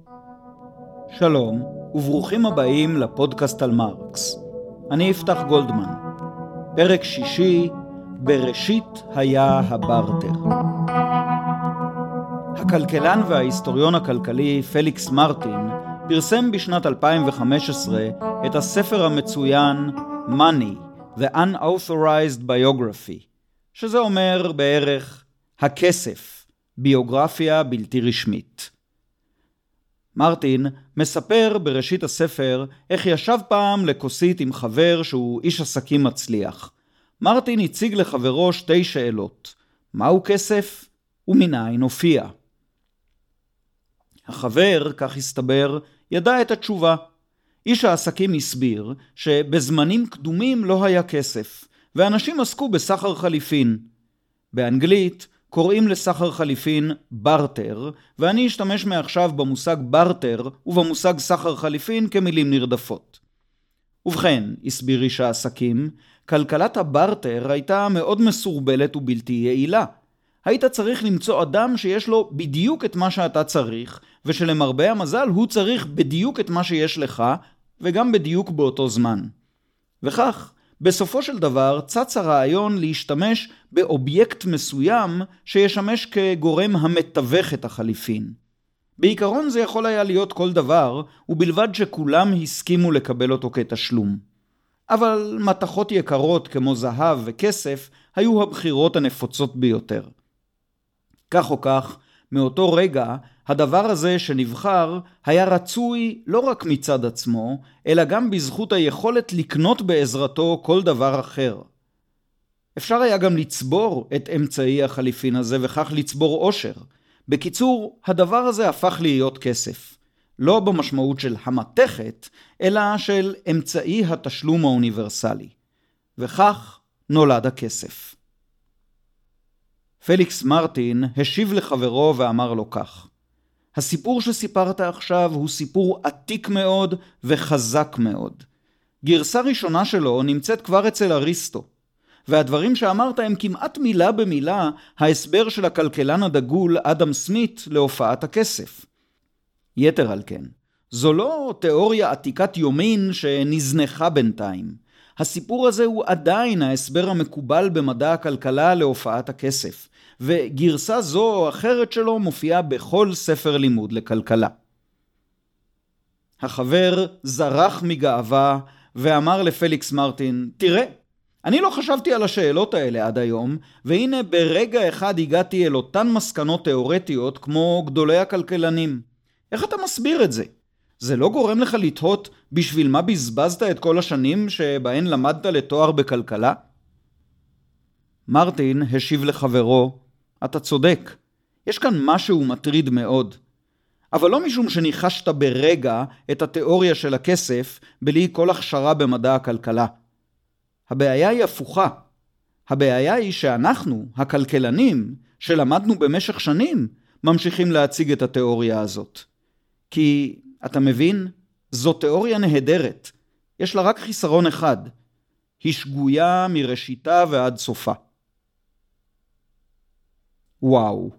שלום וברוכים הבאים לפודקאסט על מרקס. אני יפתח גולדמן. פרק שישי, בראשית היה הברטר. הכלכלן וההיסטוריון הכלכלי פליקס מרטין פרסם בשנת 2015 את הספר המצוין Money, The Unauthorized Biography, שזה אומר בערך הכסף, ביוגרפיה בלתי רשמית. מרטין מספר בראשית הספר איך ישב פעם לכוסית עם חבר שהוא איש עסקים מצליח. מרטין הציג לחברו שתי שאלות: מהו כסף ומנין הופיע? החבר, כך הסתבר, ידע את התשובה. איש העסקים הסביר שבזמנים קדומים לא היה כסף, ואנשים עסקו בסחר חליפין. באנגלית קוראים לסחר חליפין ברטר, ואני אשתמש מעכשיו במושג ברטר ובמושג סחר חליפין כמילים נרדפות. ובכן, הסביר איש העסקים, כלכלת הברטר הייתה מאוד מסורבלת ובלתי יעילה. היית צריך למצוא אדם שיש לו בדיוק את מה שאתה צריך, ושלמרבה המזל הוא צריך בדיוק את מה שיש לך, וגם בדיוק באותו זמן. וכך, בסופו של דבר צץ הרעיון להשתמש באובייקט מסוים שישמש כגורם המתווך את החליפין. בעיקרון זה יכול היה להיות כל דבר, ובלבד שכולם הסכימו לקבל אותו כתשלום. אבל מתכות יקרות כמו זהב וכסף היו הבחירות הנפוצות ביותר. כך או כך, מאותו רגע, הדבר הזה שנבחר היה רצוי לא רק מצד עצמו, אלא גם בזכות היכולת לקנות בעזרתו כל דבר אחר. אפשר היה גם לצבור את אמצעי החליפין הזה וכך לצבור עושר. בקיצור, הדבר הזה הפך להיות כסף. לא במשמעות של המתכת, אלא של אמצעי התשלום האוניברסלי. וכך נולד הכסף. פליקס מרטין השיב לחברו ואמר לו כך: הסיפור שסיפרת עכשיו הוא סיפור עתיק מאוד וחזק מאוד. גרסה ראשונה שלו נמצאת כבר אצל אריסטו, והדברים שאמרת הם כמעט מילה במילה ההסבר של הכלכלן הדגול אדם סמית להופעת הכסף. יתר על כן, זו לא תיאוריה עתיקת יומין שנזנחה בינתיים. הסיפור הזה הוא עדיין ההסבר המקובל במדע הכלכלה להופעת הכסף, וגרסה זו או אחרת שלו מופיעה בכל ספר לימוד לכלכלה. החבר זרח מגאווה ואמר לפליקס מרטין, תראה, אני לא חשבתי על השאלות האלה עד היום, והנה ברגע אחד הגעתי אל אותן מסקנות תיאורטיות כמו גדולי הכלכלנים. איך אתה מסביר את זה? זה לא גורם לך לתהות בשביל מה בזבזת את כל השנים שבהן למדת לתואר בכלכלה? מרטין השיב לחברו, אתה צודק, יש כאן משהו מטריד מאוד. אבל לא משום שניחשת ברגע את התיאוריה של הכסף בלי כל הכשרה במדע הכלכלה. הבעיה היא הפוכה. הבעיה היא שאנחנו, הכלכלנים, שלמדנו במשך שנים, ממשיכים להציג את התיאוריה הזאת. כי, אתה מבין, זו תיאוריה נהדרת. יש לה רק חיסרון אחד. היא שגויה מראשיתה ועד סופה. וואו.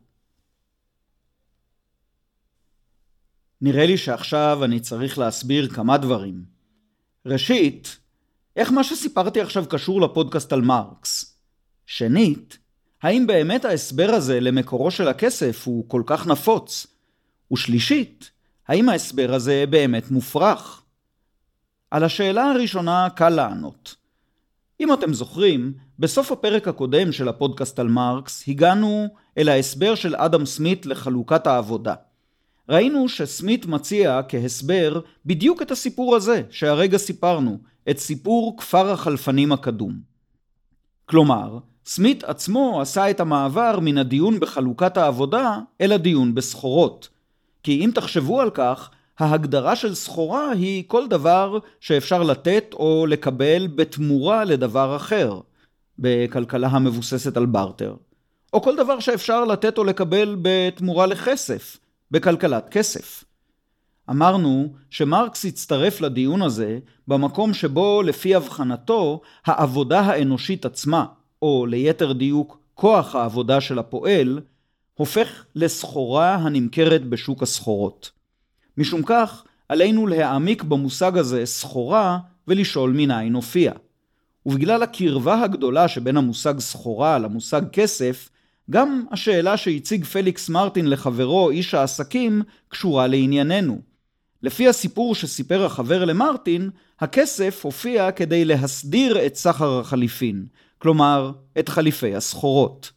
נראה לי שעכשיו אני צריך להסביר כמה דברים. ראשית, איך מה שסיפרתי עכשיו קשור לפודקאסט על מרקס? שנית, האם באמת ההסבר הזה למקורו של הכסף הוא כל כך נפוץ? ושלישית, האם ההסבר הזה באמת מופרך? על השאלה הראשונה קל לענות. אם אתם זוכרים, בסוף הפרק הקודם של הפודקאסט על מרקס הגענו אל ההסבר של אדם סמית לחלוקת העבודה. ראינו שסמית מציע כהסבר בדיוק את הסיפור הזה שהרגע סיפרנו, את סיפור כפר החלפנים הקדום. כלומר, סמית עצמו עשה את המעבר מן הדיון בחלוקת העבודה אל הדיון בסחורות. כי אם תחשבו על כך, ההגדרה של סחורה היא כל דבר שאפשר לתת או לקבל בתמורה לדבר אחר, בכלכלה המבוססת על ברטר. או כל דבר שאפשר לתת או לקבל בתמורה לכסף, בכלכלת כסף. אמרנו שמרקס הצטרף לדיון הזה במקום שבו לפי הבחנתו העבודה האנושית עצמה, או ליתר דיוק כוח העבודה של הפועל, הופך לסחורה הנמכרת בשוק הסחורות. משום כך, עלינו להעמיק במושג הזה סחורה ולשאול מניין הופיע. ובגלל הקרבה הגדולה שבין המושג סחורה למושג כסף, גם השאלה שהציג פליקס מרטין לחברו איש העסקים קשורה לענייננו. לפי הסיפור שסיפר החבר למרטין, הכסף הופיע כדי להסדיר את סחר החליפין, כלומר את חליפי הסחורות.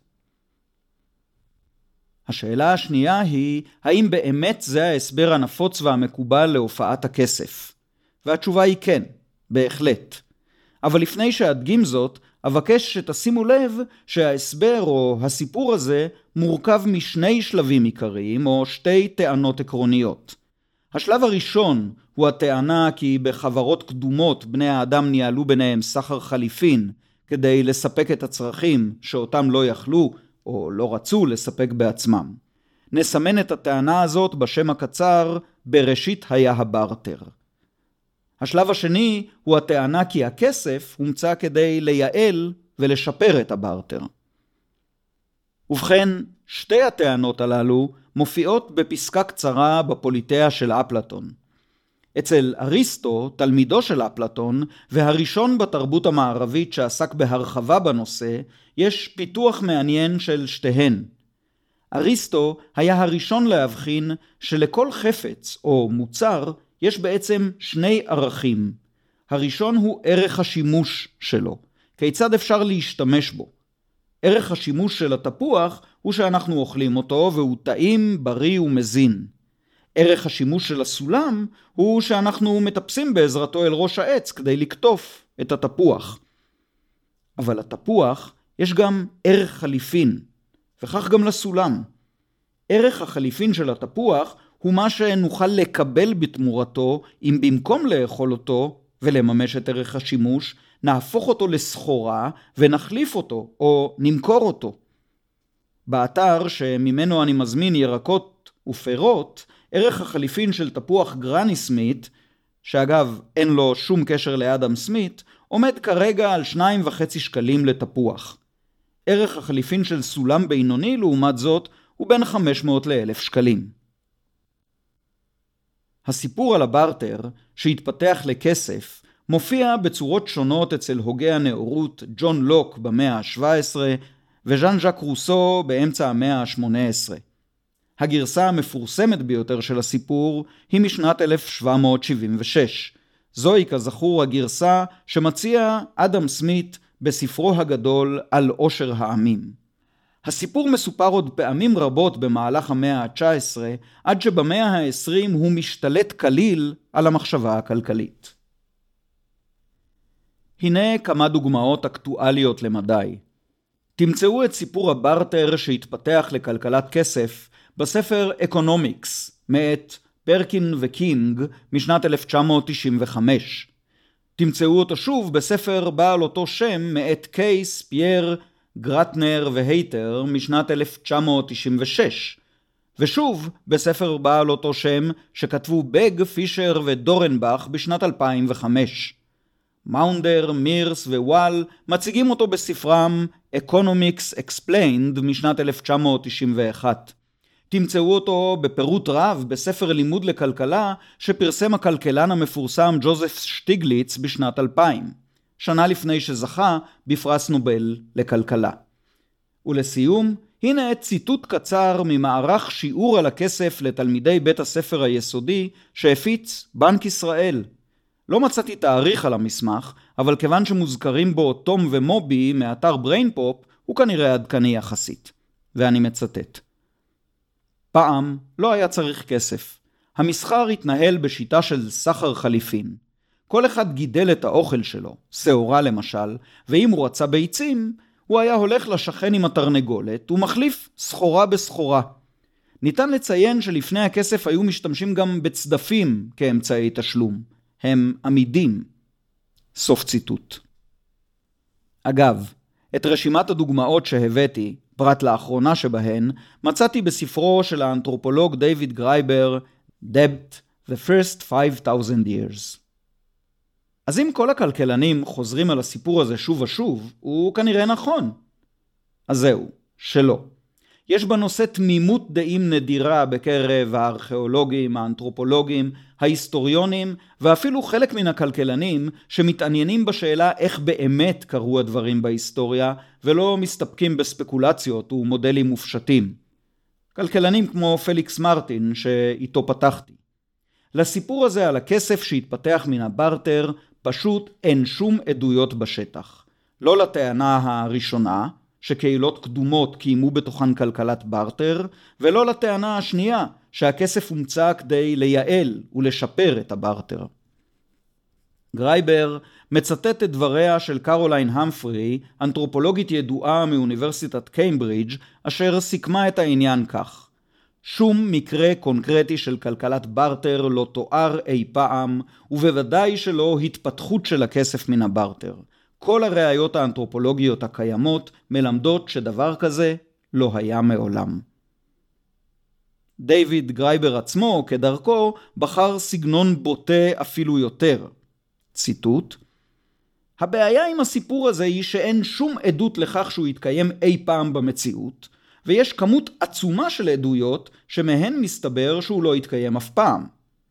השאלה השנייה היא, האם באמת זה ההסבר הנפוץ והמקובל להופעת הכסף? והתשובה היא כן, בהחלט. אבל לפני שאדגים זאת, אבקש שתשימו לב שההסבר או הסיפור הזה מורכב משני שלבים עיקריים או שתי טענות עקרוניות. השלב הראשון הוא הטענה כי בחברות קדומות בני האדם ניהלו ביניהם סחר חליפין כדי לספק את הצרכים שאותם לא יכלו או לא רצו לספק בעצמם. נסמן את הטענה הזאת בשם הקצר בראשית היה הברטר. השלב השני הוא הטענה כי הכסף הומצא כדי לייעל ולשפר את הברטר. ובכן, שתי הטענות הללו מופיעות בפסקה קצרה בפוליטאה של אפלטון. אצל אריסטו, תלמידו של אפלטון, והראשון בתרבות המערבית שעסק בהרחבה בנושא, יש פיתוח מעניין של שתיהן. אריסטו היה הראשון להבחין שלכל חפץ או מוצר יש בעצם שני ערכים. הראשון הוא ערך השימוש שלו. כיצד אפשר להשתמש בו? ערך השימוש של התפוח הוא שאנחנו אוכלים אותו והוא טעים, בריא ומזין. ערך השימוש של הסולם הוא שאנחנו מטפסים בעזרתו אל ראש העץ כדי לקטוף את התפוח. אבל לתפוח יש גם ערך חליפין, וכך גם לסולם. ערך החליפין של התפוח הוא מה שנוכל לקבל בתמורתו אם במקום לאכול אותו ולממש את ערך השימוש, נהפוך אותו לסחורה ונחליף אותו או נמכור אותו. באתר שממנו אני מזמין ירקות ופירות, ערך החליפין של תפוח גרני סמית, שאגב אין לו שום קשר לאדם סמית, עומד כרגע על 2.5 שקלים לתפוח. ערך החליפין של סולם בינוני לעומת זאת הוא בין 500 ל-1,000 שקלים. הסיפור על הברטר שהתפתח לכסף מופיע בצורות שונות אצל הוגי הנאורות ג'ון לוק במאה ה-17 וז'אן ז'אק רוסו באמצע המאה ה-18. הגרסה המפורסמת ביותר של הסיפור היא משנת 1776. זוהי כזכור הגרסה שמציע אדם סמית בספרו הגדול על עושר העמים. הסיפור מסופר עוד פעמים רבות במהלך המאה ה-19, עד שבמאה ה-20 הוא משתלט כליל על המחשבה הכלכלית. הנה כמה דוגמאות אקטואליות למדי. תמצאו את סיפור הברטר שהתפתח לכלכלת כסף בספר אקונומיקס מאת פרקין וקינג משנת 1995. תמצאו אותו שוב בספר בעל אותו שם מאת קייס, פייר, גרטנר והייטר משנת 1996. ושוב בספר בעל אותו שם שכתבו בג, פישר ודורנבך בשנת 2005. מאונדר, מירס ווואל מציגים אותו בספרם Economics Explained משנת 1991. תמצאו אותו בפירוט רב בספר לימוד לכלכלה שפרסם הכלכלן המפורסם ג'וזף שטיגליץ בשנת 2000, שנה לפני שזכה בפרס נובל לכלכלה. ולסיום, הנה ציטוט קצר ממערך שיעור על הכסף לתלמידי בית הספר היסודי שהפיץ בנק ישראל. לא מצאתי תאריך על המסמך, אבל כיוון שמוזכרים בו תום ומובי מאתר בריינפופ, הוא כנראה עדכני יחסית. ואני מצטט. פעם לא היה צריך כסף. המסחר התנהל בשיטה של סחר חליפין. כל אחד גידל את האוכל שלו, שעורה למשל, ואם הוא רצה ביצים, הוא היה הולך לשכן עם התרנגולת ומחליף סחורה בסחורה. ניתן לציין שלפני הכסף היו משתמשים גם בצדפים כאמצעי תשלום. הם עמידים. סוף ציטוט. אגב, את רשימת הדוגמאות שהבאתי, פרט לאחרונה שבהן, מצאתי בספרו של האנתרופולוג דיוויד גרייבר, Debt, The First 5,000 Years. אז אם כל הכלכלנים חוזרים על הסיפור הזה שוב ושוב, הוא כנראה נכון. אז זהו, שלא. יש בנושא תמימות דעים נדירה בקרב הארכיאולוגים, האנתרופולוגים, ההיסטוריונים ואפילו חלק מן הכלכלנים שמתעניינים בשאלה איך באמת קרו הדברים בהיסטוריה ולא מסתפקים בספקולציות ומודלים מופשטים. כלכלנים כמו פליקס מרטין שאיתו פתחתי. לסיפור הזה על הכסף שהתפתח מן הברטר פשוט אין שום עדויות בשטח. לא לטענה הראשונה, שקהילות קדומות קיימו בתוכן כלכלת ברטר, ולא לטענה השנייה, שהכסף הומצא כדי לייעל ולשפר את הברטר. גרייבר מצטט את דבריה של קרוליין המפרי, אנתרופולוגית ידועה מאוניברסיטת קיימברידג', אשר סיכמה את העניין כך: שום מקרה קונקרטי של כלכלת ברטר לא תואר אי פעם, ובוודאי שלא התפתחות של הכסף מן הברטר. כל הראיות האנתרופולוגיות הקיימות מלמדות שדבר כזה לא היה מעולם. דיוויד גרייבר עצמו, כדרכו, בחר סגנון בוטה אפילו יותר. ציטוט: הבעיה עם הסיפור הזה היא שאין שום עדות לכך שהוא יתקיים אי פעם במציאות, ויש כמות עצומה של עדויות שמהן מסתבר שהוא לא יתקיים אף פעם.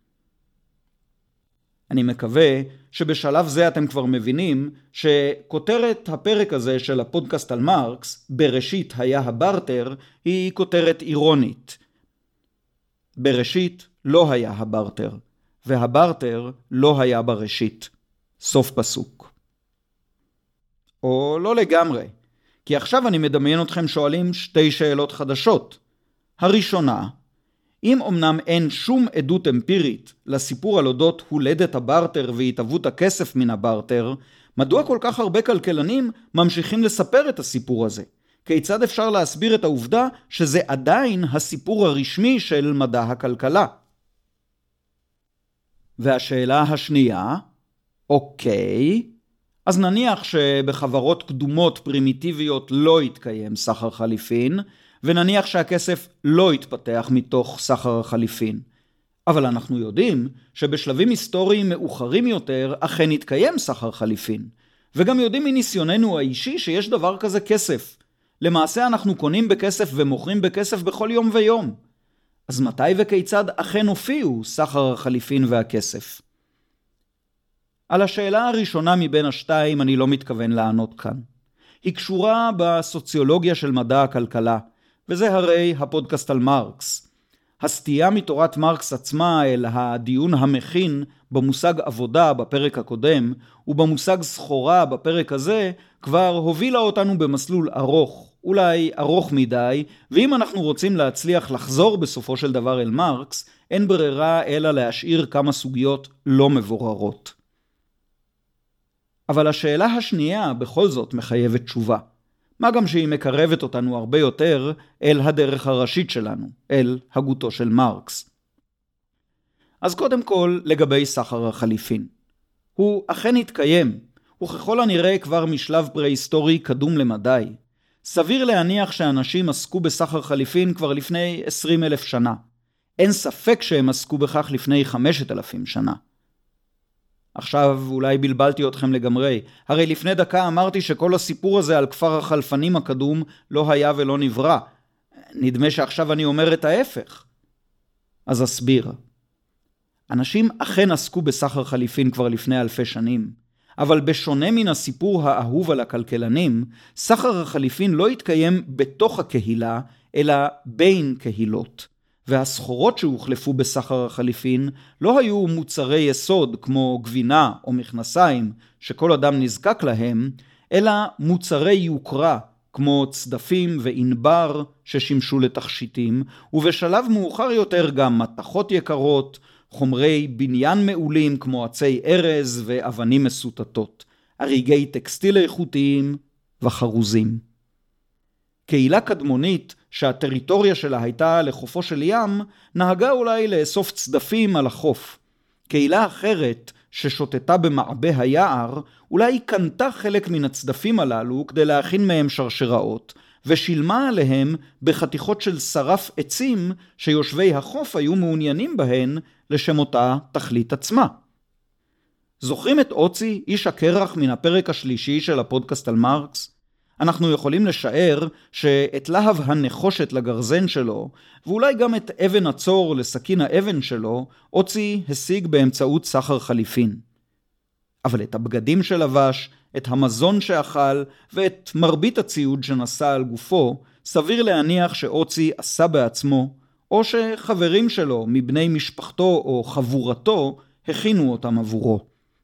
אני מקווה שבשלב זה אתם כבר מבינים שכותרת הפרק הזה של הפודקאסט על מרקס, בראשית היה הברטר, היא כותרת אירונית. בראשית לא היה הברטר, והברטר לא היה בראשית. סוף פסוק. או לא לגמרי, כי עכשיו אני מדמיין אתכם שואלים שתי שאלות חדשות. הראשונה, אם אמנם אין שום עדות אמפירית לסיפור על אודות הולדת הברטר והתהוות הכסף מן הברטר, מדוע כל כך הרבה כלכלנים ממשיכים לספר את הסיפור הזה? כיצד אפשר להסביר את העובדה שזה עדיין הסיפור הרשמי של מדע הכלכלה? והשאלה השנייה, אוקיי, אז נניח שבחברות קדומות פרימיטיביות לא יתקיים סחר חליפין, ונניח שהכסף לא יתפתח מתוך סחר החליפין. אבל אנחנו יודעים שבשלבים היסטוריים מאוחרים יותר אכן יתקיים סחר חליפין. וגם יודעים מניסיוננו האישי שיש דבר כזה כסף. למעשה אנחנו קונים בכסף ומוכרים בכסף בכל יום ויום. אז מתי וכיצד אכן הופיעו סחר החליפין והכסף? על השאלה הראשונה מבין השתיים אני לא מתכוון לענות כאן. היא קשורה בסוציולוגיה של מדע הכלכלה, וזה הרי הפודקאסט על מרקס. הסטייה מתורת מרקס עצמה אל הדיון המכין במושג עבודה בפרק הקודם, ובמושג סחורה בפרק הזה, כבר הובילה אותנו במסלול ארוך, אולי ארוך מדי, ואם אנחנו רוצים להצליח לחזור בסופו של דבר אל מרקס, אין ברירה אלא להשאיר כמה סוגיות לא מבוררות. אבל השאלה השנייה בכל זאת מחייבת תשובה. מה גם שהיא מקרבת אותנו הרבה יותר אל הדרך הראשית שלנו, אל הגותו של מרקס. אז קודם כל לגבי סחר החליפין. הוא אכן התקיים, וככל הנראה כבר משלב פרה-היסטורי קדום למדי. סביר להניח שאנשים עסקו בסחר חליפין כבר לפני 20,000 שנה. אין ספק שהם עסקו בכך לפני 5,000 שנה. עכשיו אולי בלבלתי אתכם לגמרי. הרי לפני דקה אמרתי שכל הסיפור הזה על כפר החלפנים הקדום לא היה ולא נברא. נדמה שעכשיו אני אומר את ההפך. אז אסביר. אנשים אכן עסקו בסחר חליפין כבר לפני 1000 שנים, אבל בשונה מן הסיפור האהוב על הכלכלנים, סחר החליפין לא התקיים בתוך הקהילה, אלא בין קהילות. והסחורות שהוחלפו בסחר החליפין לא היו מוצרי יסוד כמו גבינה או מכנסיים שכל אדם נזקק להם, אלא מוצרי יוקרה כמו צדפים וענבר ששימשו לתכשיטים, ובשלב מאוחר יותר גם מתכות יקרות, חומרי בניין מעולים כמו עצי ארז ואבנים מסוטטות, אריגי טקסטיל איכותיים וחרוזים. קהילה קדמונית שהטריטוריה שלה הייתה לחופו של ים, נהגה אולי לאסוף צדפים על החוף. קהילה אחרת ששוטטה במעבה היער, אולי קנתה חלק מן הצדפים הללו כדי להכין מהם שרשראות, ושילמה עליהם בחתיכות של שרף עצים שיושבי החוף היו מעוניינים בהן לשם אותה תכלית עצמה. זוכרים את אוצי, איש הקרח מן הפרק השלישי של הפודקאסט על מרקס? אנחנו יכולים לשער שאת להב הנחושת לגרזן שלו, ואולי גם את אבן הצור לסכין האבן שלו, אוצי השיג באמצעות סחר חליפין. אבל את הבגדים שלבש, את המזון שאכל, ואת מרבית הציוד שנשא על גופו, סביר להניח שאוצי עשה בעצמו, או שחברים שלו מבני משפחתו או חבורתו הכינו אותם עבורו.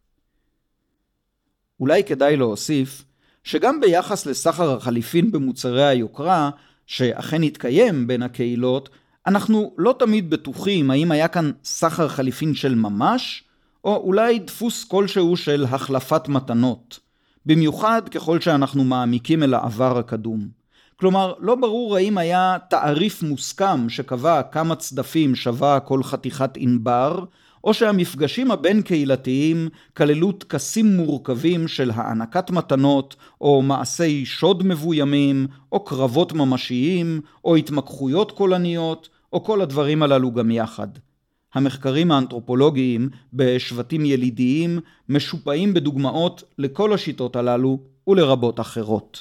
אולי כדאי להוסיף שגם ביחס לסחר החליפין במוצרי היוקרה, שאכן התקיים בין הקהילות, אנחנו לא תמיד בטוחים האם היה כאן סחר חליפין של ממש, או אולי דפוס כלשהו של החלפת מתנות, במיוחד ככל שאנחנו מעמיקים אל העבר הקדום. כלומר, לא ברור האם היה תעריף מוסכם שקבע כמה צדפים שווה כל חתיכת ענבר, או שהמפגשים הבין קהילתיים כללו טקסים מורכבים של הענקת מתנות, או מעשי שוד מבוימים, או קרבות ממשיים, או התמקחויות קולניות, או כל הדברים הללו גם יחד. המחקרים האנתרופולוגיים בשבטים ילידיים משופעים בדוגמאות לכל השיטות הללו ולרבות אחרות.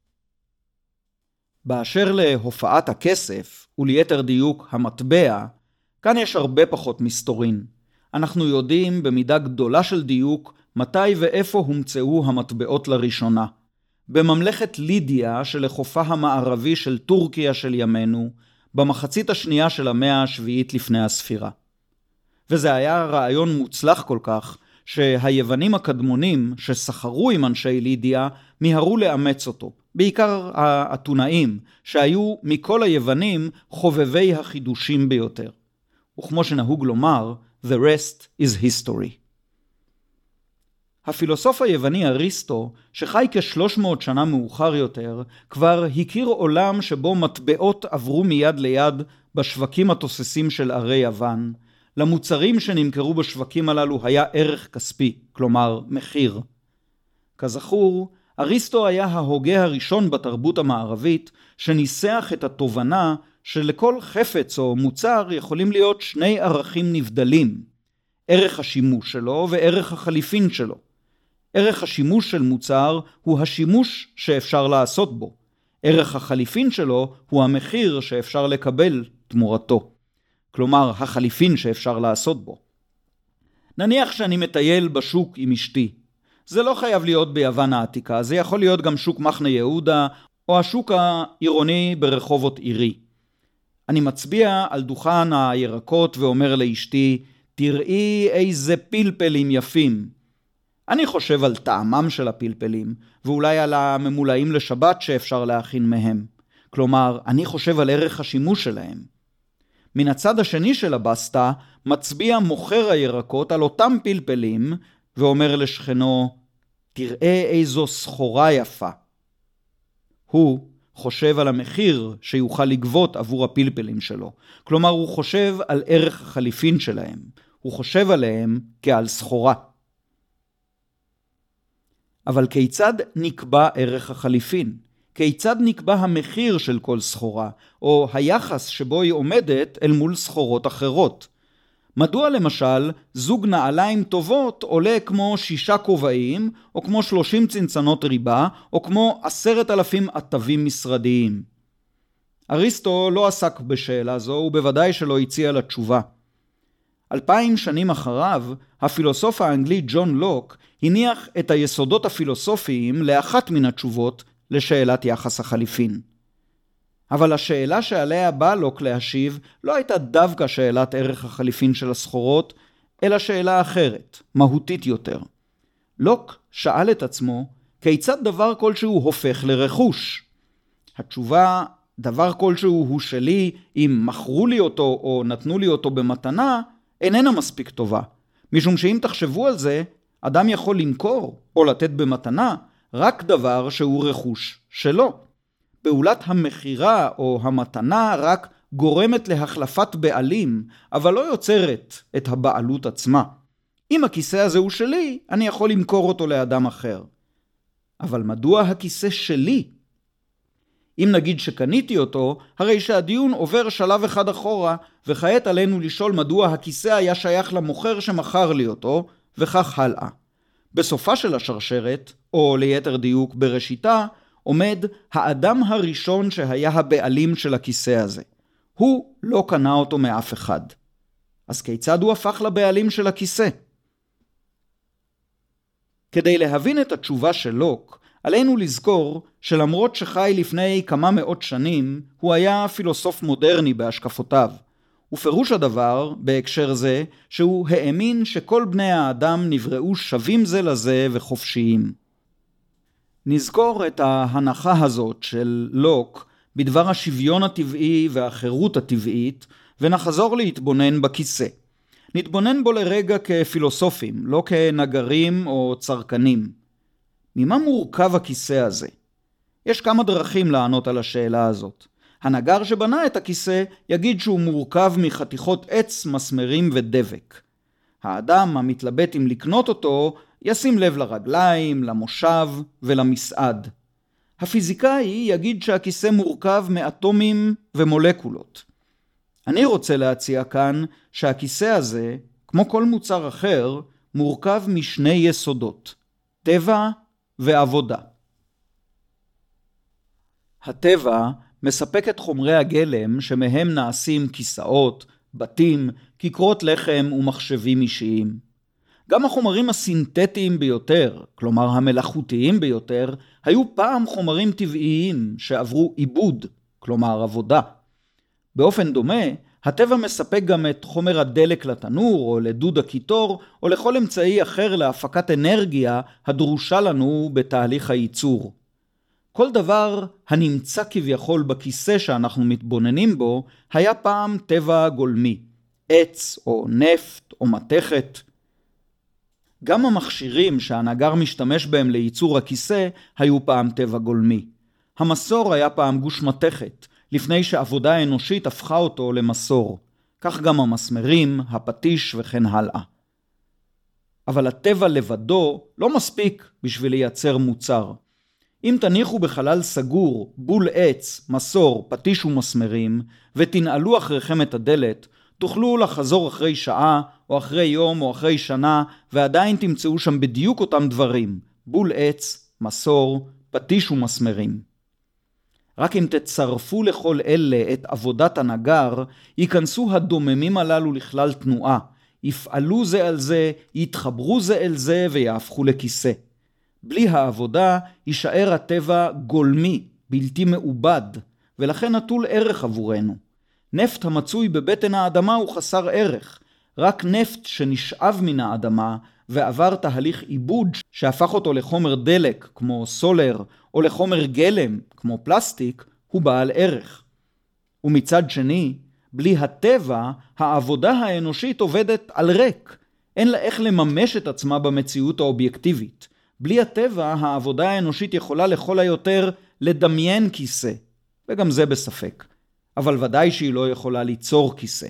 באשר להופעת הכסף, וליתר דיוק המטבע, כאן יש הרבה פחות מסתורין. אנחנו יודעים במידה גדולה של דיוק מתי ואיפה הומצאו המטבעות לראשונה. בממלכת לידיה שלחופה המערבי של טורקיה של ימינו, במחצית השנייה של המאה השביעית לפני הספירה. וזה היה רעיון מוצלח כל כך, שהיוונים הקדמונים שסחרו עם אנשי לידיה מיהרו לאמץ אותו. בעיקר האתונאים, שהיו מכל היוונים חובבי החידושים ביותר. וכמו שנהוג לומר, the rest is history. הפילוסוף היווני אריסטו, שחי כ-300 שנה מאוחר יותר, כבר הכיר עולם שבו מטבעות עברו מיד ליד בשווקים התוססים של ערי יוון. למוצרים שנמכרו בשווקים הללו היה ערך כספי, כלומר מחיר. כזכור, אריסטו היה ההוגה הראשון בתרבות המערבית שניסח את התובנה שלכל חפץ או מוצר יכולים להיות שני ערכים נבדלים, ערך השימוש שלו וערך החליפין שלו. ערך השימוש של מוצר הוא השימוש שאפשר לעשות בו. ערך החליפין שלו הוא המחיר שאפשר לקבל תמורתו. כלומר, החליפין שאפשר לעשות בו. נניח שאני מטייל בשוק עם אשתי. זה לא חייב להיות ביוון העתיקה, זה יכול להיות גם שוק מחנה יהודה, או השוק העירוני ברחובות עירי. אני מצביע על דוכן הירקות ואומר לאשתי, תראי איזה פלפלים יפים. אני חושב על טעמם של הפלפלים, ואולי על הממולאים לשבת שאפשר להכין מהם. כלומר, אני חושב על ערך השימוש שלהם. מן הצד השני של הבסטה, מצביע מוכר הירקות על אותם פלפלים, ואומר לשכנו, תראה איזו סחורה יפה. הוא חושב על המחיר שיוכל לגבות עבור הפלפלים שלו. כלומר, הוא חושב על ערך החליפין שלהם. הוא חושב עליהם כעל סחורה. אבל כיצד נקבע ערך החליפין? כיצד נקבע המחיר של כל סחורה, או היחס שבו היא עומדת אל מול סחורות אחרות? מדוע למשל זוג נעליים טובות עולה כמו 6 כובעים, או כמו 30 צנצנות ריבה, או כמו 10,000 עטבים משרדיים? אריסטו לא עסק בשאלה זו, ובוודאי שלא הציע לה תשובה. 2000 שנים אחריו, הפילוסוף האנגלי ג'ון לוק הניח את היסודות הפילוסופיים לאחת מן התשובות לשאלת יחס החליפין. אבל השאלה שעליה בא לוק להשיב לא הייתה דווקא שאלת ערך החליפין של הסחורות, אלא שאלה אחרת, מהותית יותר. לוק שאל את עצמו, כיצד דבר כלשהו הופך לרכוש? התשובה, דבר כלשהו הוא שלי, אם מכרו לי אותו או נתנו לי אותו במתנה, איננה מספיק טובה. משום שאם תחשבו על זה, אדם יכול למכור או לתת במתנה רק דבר שהוא רכוש שלו. פעולת המחירה או המתנה רק גורמת להחלפת בעלים, אבל לא יוצרת את הבעלות עצמה. אם הכיסא הזה הוא שלי, אני יכול למכור אותו לאדם אחר. אבל מדוע הכיסא שלי? אם נגיד שקניתי אותו, הרי שהדיון עובר שלב אחד אחורה, וכעת עלינו לשאול מדוע הכיסא היה שייך למוכר שמכר לי אותו, וכך הלאה. בסופה של השרשרת, או ליתר דיוק בראשיתה, עומד האדם הראשון שהיה הבעלים של הכיסא הזה. הוא לא קנה אותו מאף אחד. אז כיצד הוא הפך לבעלים של הכיסא? כדי להבין את התשובה של לוק, עלינו לזכור שלמרות שחי לפני כמה מאות שנים, הוא היה פילוסוף מודרני בהשקפותיו. ופירוש הדבר, בהקשר זה, שהוא האמין שכל בני האדם נבראו שווים זה לזה וחופשיים. נזכור את ההנחה הזאת של לוק בדבר השוויון הטבעי והחירות הטבעית, ונחזור להתבונן בכיסא. נתבונן בו לרגע כפילוסופים, לא כנגרים או צרכנים. ממה מורכב הכיסא הזה? יש כמה דרכים לענות על השאלה הזאת. הנגר שבנה את הכיסא יגיד שהוא מורכב מחתיכות עץ, מסמרים ודבק. האדם המתלבט אם לקנות אותו ישים לב לרגליים, למושב ולמסעד. הפיזיקאי יגיד שהכיסא מורכב מאטומים ומולקולות. אני רוצה להציע כאן שהכיסא הזה, כמו כל מוצר אחר, מורכב משני יסודות, טבע ועבודה. הטבע מספק את חומרי הגלם שמהם נעשים כיסאות, בתים, כיכרות לחם ומחשבים אישיים. גם החומרים הסינתטיים ביותר, כלומר המלאכותיים ביותר, היו פעם חומרים טבעיים שעברו עיבוד, כלומר עבודה. באופן דומה, הטבע מספק גם את חומר הדלק לתנור או לדוד הקיטור או לכל אמצעי אחר להפקת אנרגיה הדרושה לנו בתהליך הייצור. כל דבר הנמצא כביכול בכיסא שאנחנו מתבוננים בו היה פעם טבע גולמי, עץ או נפט או מתכת. גם המכשירים שהנגר משתמש בהם לייצור הכיסא היו פעם טבע גולמי. המסור היה פעם גוש מתכת, לפני שעבודה האנושית הפכה אותו למסור. כך גם המסמרים, הפטיש וכן הלאה. אבל הטבע לבדו לא מספיק בשביל לייצר מוצר. אם תניחו בחלל סגור, בול עץ, מסור, פטיש ומסמרים, ותנעלו אחריכם את הדלת, תוכלו לחזור אחרי שעה, או אחרי יום, או אחרי שנה, ועדיין תמצאו שם בדיוק אותם דברים, בול עץ, מסור, פטיש ומסמרים. רק אם תצרפו לכל אלה את עבודת הנגר, ייכנסו הדוממים הללו לכלל תנועה, יפעלו זה על זה, יתחברו זה אל זה ויהפכו לכיסא. בלי העבודה יישאר הטבע גולמי, בלתי מעובד, ולכן נטול ערך עבורנו. נפט המצוי בבטן האדמה הוא חסר ערך. רק נפט שנשאב מן האדמה ועבר תהליך עיבוד שהפך אותו לחומר דלק כמו סולר או לחומר גלם כמו פלסטיק הוא בעל ערך. ומצד שני, בלי הטבע, העבודה האנושית עובדת על ריק. אין לה איך לממש את עצמה במציאות האובייקטיבית. בלי הטבע, העבודה האנושית יכולה לכל היותר לדמיין כיסא, וגם זה בספק. אבל ודאי שהיא לא יכולה ליצור כיסא.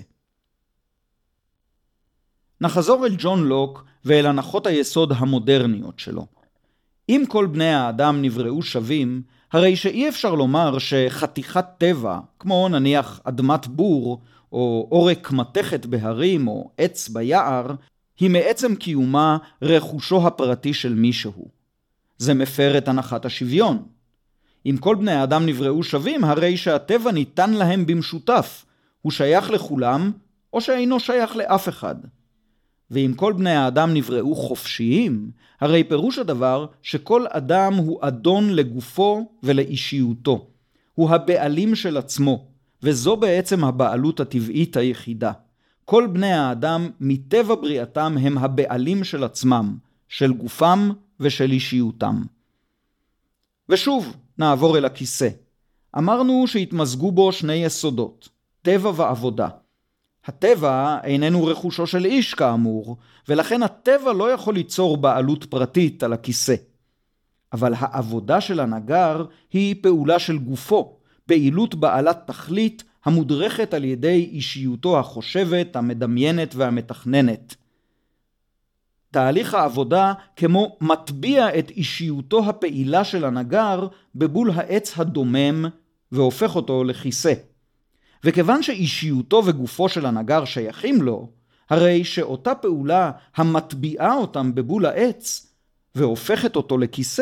נחזור אל ג'ון לוק ואל הנחות היסוד המודרניות שלו. אם כל בני האדם נבראו שווים, הרי שאי אפשר לומר שחתיכת טבע, כמו נניח אדמת בור, או עורק מתכת בהרים, או עץ ביער, היא מעצם קיומה רכושו הפרטי של מישהו. זה מפר את הנחת השוויון. אם כל בני האדם נבראו שווים, הרי שהטבע ניתן להם במשותף. הוא שייך לכולם, או שאינו שייך לאף אחד. ואם כל בני האדם נבראו חופשיים, הרי פירוש הדבר שכל אדם הוא אדון לגופו ולאישיותו. הוא הבעלים של עצמו, וזו בעצם הבעלות הטבעית היחידה. כל בני האדם מטבע בריאתם הם הבעלים של עצמם, של גופם ושל אישיותם. ושוב נעבור אל הכיסא. אמרנו שהתמזגו בו שני יסודות, טבע ועבודה. הטבע איננו רכושו של איש כאמור, ולכן הטבע לא יכול ליצור בעלות פרטית על הכיסא. אבל העבודה של הנגר היא פעולה של גופו, פעילות בעלת תכלית המודרכת על ידי אישיותו החושבת, המדמיינת והמתכננת. תהליך העבודה כמו מטביע את אישיותו הפעילה של הנגר בבול העץ הדומם והופך אותו לכיסא. וכיוון שאישיותו וגופו של הנגר שייכים לו, הרי שאותה פעולה המטביעה אותם בבול העץ והופכת אותו לכיסא,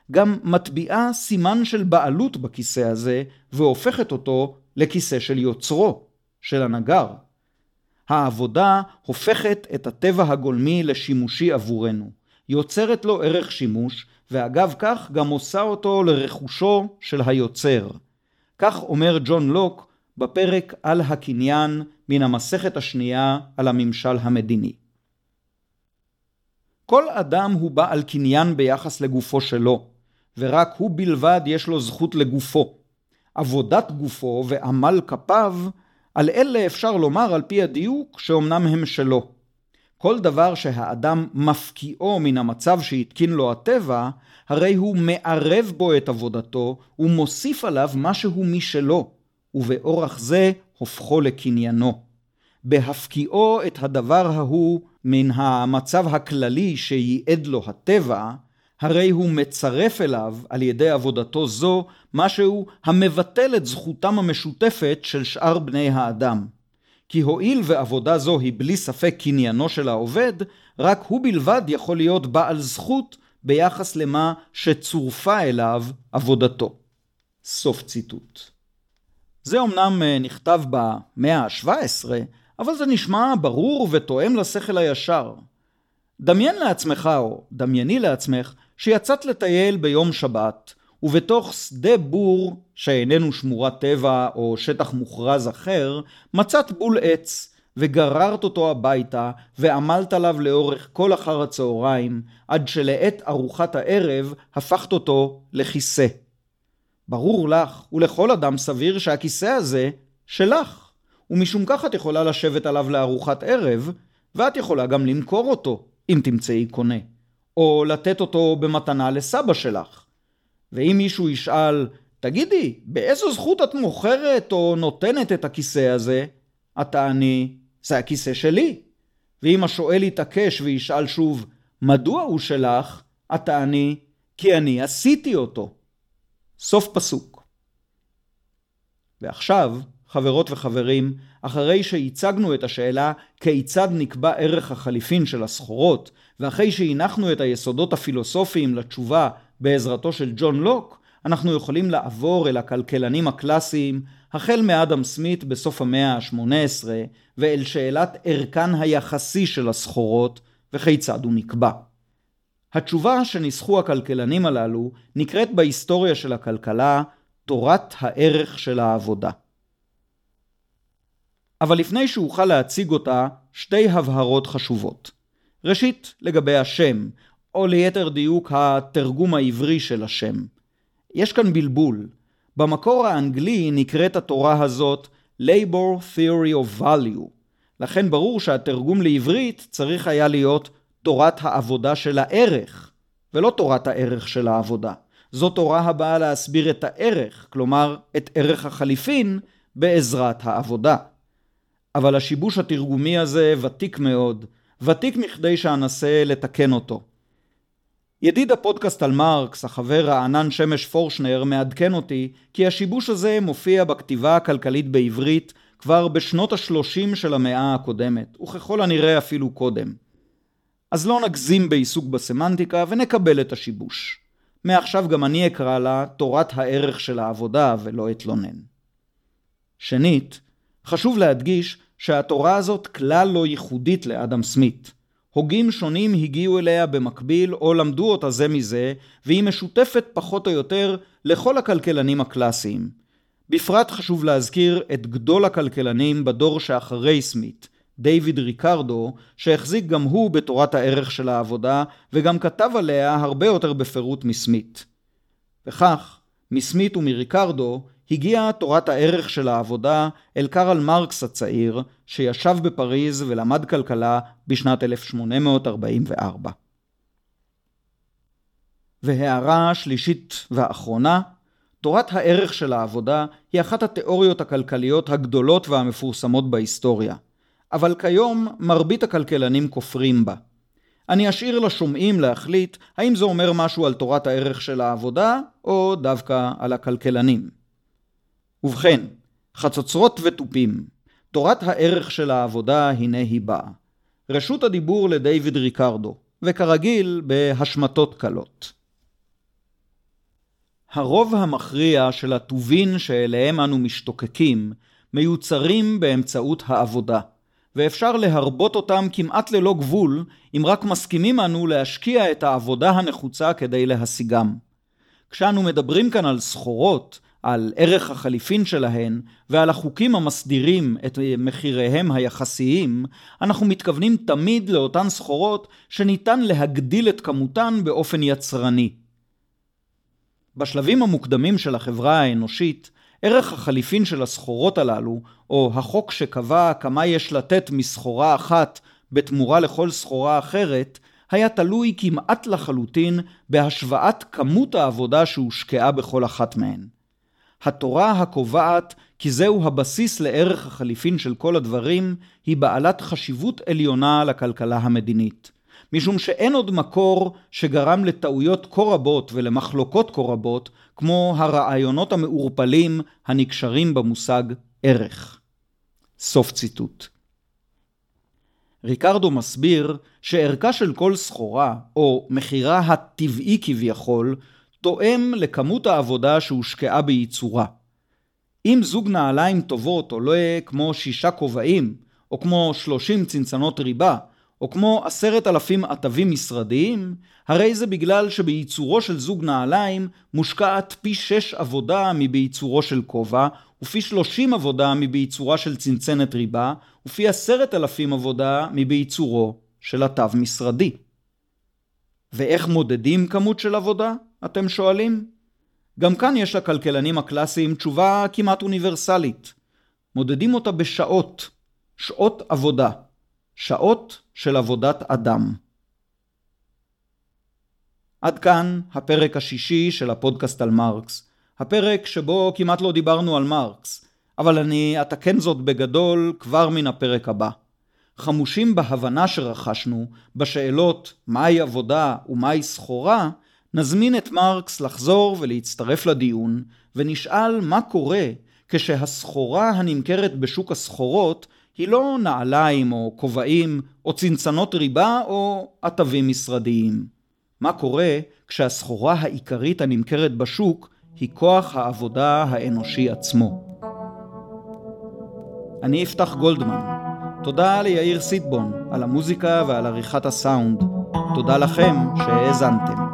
גם מטביעה סימן של בעלות בכיסא הזה, והופכת אותו לכיסא של יוצרו, של הנגר. העבודה הופכת את הטבע הגולמי לשימושי עבורנו, יוצרת לו ערך שימוש, ואגב כך גם עושה אותו לרכושו של היוצר. כך אומר ג'ון לוק בפרק על הקניין מן המסכת השנייה על הממשל המדיני. כל אדם הוא בעל קניין ביחס לגופו שלו, ורק הוא בלבד יש לו זכות לגופו. עבודת גופו ועמל כפיו, על אלה אפשר לומר על פי הדיוק שאומנם הם שלו. כל דבר שהאדם מפקיעו מן המצב שהתקין לו הטבע, הרי הוא מערב בו את עבודתו ומוסיף עליו משהו משלו, ובאורח זה הופכו לקניינו. בהפקיעו את הדבר ההוא מן המצב הכללי שייעד לו הטבע, הרי הוא מצרף אליו על ידי עבודתו זו משהו המבטל את זכותם המשותפת של שאר בני האדם. כי הואיל ועבודה זו היא בלי ספק קניינו של העובד, רק הוא בלבד יכול להיות בעל זכות ביחס למה שצורפה אליו עבודתו. סוף ציטוט. זה אומנם נכתב במאה ה-17, אבל זה נשמע ברור ותואם לשכל הישר. דמיין לעצמך או דמייני לעצמך שיצאת לטייל ביום שבת, ובתוך שדה בור שאיננו שמורת טבע או שטח מוכרז אחר, מצאת בול עץ וגררת אותו הביתה ועמלת עליו לאורך כל אחר הצהריים, עד שלעת ארוחת הערב הפכת אותו לכיסא. ברור לך ולכל אדם סביר שהכיסא הזה שלך, ומשום כך את יכולה לשבת עליו לארוחת ערב, ואת יכולה גם למכור אותו אם תמצאי קונה, או לתת אותו במתנה לסבא שלך. ואם מישהו ישאל, תגידי, באיזו זכות את מוכרת או נותנת את הכיסא הזה? את תעני, זה הכיסא שלי. ואם השואל יתעקש וישאל שוב, מדוע הוא שלך? את תעני, כי אני עשיתי אותו. סוף פסוק. ועכשיו, חברות וחברים, אחרי שהצגנו את השאלה כיצד נקבע ערך החליפין של הסחורות, ואחרי שהנחנו את היסודות הפילוסופיים לתשובה בעזרתו של ג'ון לוק, אנחנו יכולים לעבור אל הכלכלנים הקלאסיים, החל מאדם סמית בסוף המאה ה-18, ואל שאלת ערכן היחסי של הסחורות, וכיצד הוא נקבע. התשובה שניסחו הכלכלנים הללו נקראת בהיסטוריה של הכלכלה תורת הערך של העבודה. אבל לפני שאוכל להציג אותה, שתי הבהרות חשובות. ראשית, לגבי השם, או ליתר דיוק התרגום העברי של השם. יש כאן בלבול. במקור האנגלי נקראת התורה הזאת Labor Theory of Value. לכן ברור שהתרגום לעברית צריך היה להיות תורת העבודה של הערך, ולא תורת הערך של העבודה. זו תורה הבאה להסביר את הערך, כלומר את ערך החליפין, בעזרת העבודה. אבל השיבוש התרגומי הזה ותיק מאוד, ותיק מכדי שאנסה לתקן אותו. ידיד הפודקאסט על מרקס, החבר רענן שמש פורשנר, מעדכן אותי כי השיבוש הזה מופיע בכתיבה הכלכלית בעברית כבר בשנות ה-30 של המאה הקודמת, וככל הנראה אפילו קודם. אז לא נגזים בעיסוק בסמנטיקה ונקבל את השיבוש. מעכשיו גם אני אקרא לה תורת הערך של העבודה ולא אתלונן. שנית, חשוב להדגיש שהתורה הזאת כלל לא ייחודית לאדם סמית. הוגים שונים הגיעו אליה במקביל או למדו אותה זה מזה, והיא משותפת פחות או יותר לכל הכלכלנים הקלאסיים. בפרט חשוב להזכיר את גדול הכלכלנים בדור שאחרי סמית, דיוויד ריקרדו, שהחזיק גם הוא בתורת הערך של העבודה, וגם כתב עליה הרבה יותר בפירוט מסמית. וכך, מסמית ומריקרדו, הגיעה תורת הערך של העבודה אל קרל מרקס הצעיר, שישב בפריז ולמד כלכלה בשנת 1844. והערה השלישית והאחרונה, תורת הערך של העבודה היא אחת התיאוריות הכלכליות הגדולות והמפורסמות בהיסטוריה, אבל כיום מרבית הכלכלנים כופרים בה. אני אשאיר לשומעים להחליט האם זה אומר משהו על תורת הערך של העבודה או דווקא על הכלכלנים. ובכן, חצוצרות וטופים, תורת הערך של העבודה הנה היא באה. רשות הדיבור לדיוויד ריקרדו, וכרגיל בהשמטות קלות. הרוב המכריע של הטובין שאליהם אנו משתוקקים מיוצרים באמצעות העבודה, ואפשר להרבות אותם כמעט ללא גבול אם רק מסכימים אנו להשקיע את העבודה הנחוצה כדי להשיגם. כשאנו מדברים כאן על סחורות, על ערך החליפין שלהן ועל החוקים המסדירים את מחיריהם היחסיים, אנחנו מתכוונים תמיד לאותן סחורות שניתן להגדיל את כמותן באופן יצרני. בשלבים המוקדמים של החברה האנושית, ערך החליפין של הסחורות הללו, או החוק שקבע כמה יש לתת מסחורה אחת בתמורה לכל סחורה אחרת, היה תלוי כמעט לחלוטין בהשוואת כמות העבודה שהושקעה בכל אחת מהן. התורה הקובעת כי זהו הבסיס לערך החליפין של כל הדברים, היא בעלת חשיבות עליונה לכלכלה המדינית. משום שאין עוד מקור שגרם לטעויות כה רבות ולמחלוקות כה רבות, כמו הרעיונות המעורפלים הנקשרים במושג ערך. סוף ציטוט. ריקרדו מסביר שערכה של כל סחורה, או מחירה הטבעי כביכול, תואם לכמות העבודה שהושקעה בייצורה. אם זוג נעליים טובות עולה כמו 6 כובעים, או כמו 30 צנצנות ריבה, או כמו 10,000 עטבים משרדיים, הרי זה בגלל שבייצורו של זוג נעליים מושקעת פי 6 עבודה מבייצורו של כובע, ופי 30 עבודה מבייצורה של צנצנת ריבה, ופי 10,000 עבודה מבייצורו של עטב משרדי. ואיך מודדים כמות של עבודה? אתם שואלים? גם כאן יש לכלכלנים הקלאסיים תשובה כמעט אוניברסלית. מודדים אותה בשעות, שעות עבודה, שעות של עבודת אדם. עד כאן הפרק השישי של הפודקאסט על מרקס, הפרק שבו כמעט לא דיברנו על מרקס, אבל אני אתקן זאת בגדול כבר מן הפרק הבא. חמושים בהבנה שרכשנו בשאלות מהי עבודה ומהי סחורה, נזמין את מרקס לחזור ולהצטרף לדיון, ונשאל מה קורה כשהסחורה הנמכרת בשוק הסחורות היא לא נעליים או כובעים או צנצנות ריבה או עטבים משרדיים. מה קורה כשהסחורה העיקרית הנמכרת בשוק היא כוח העבודה האנושי עצמו. אני יפתח גולדמן. תודה ליאיר סיטבון על המוזיקה ועל עריכת הסאונד. תודה לכם שהאזנתם.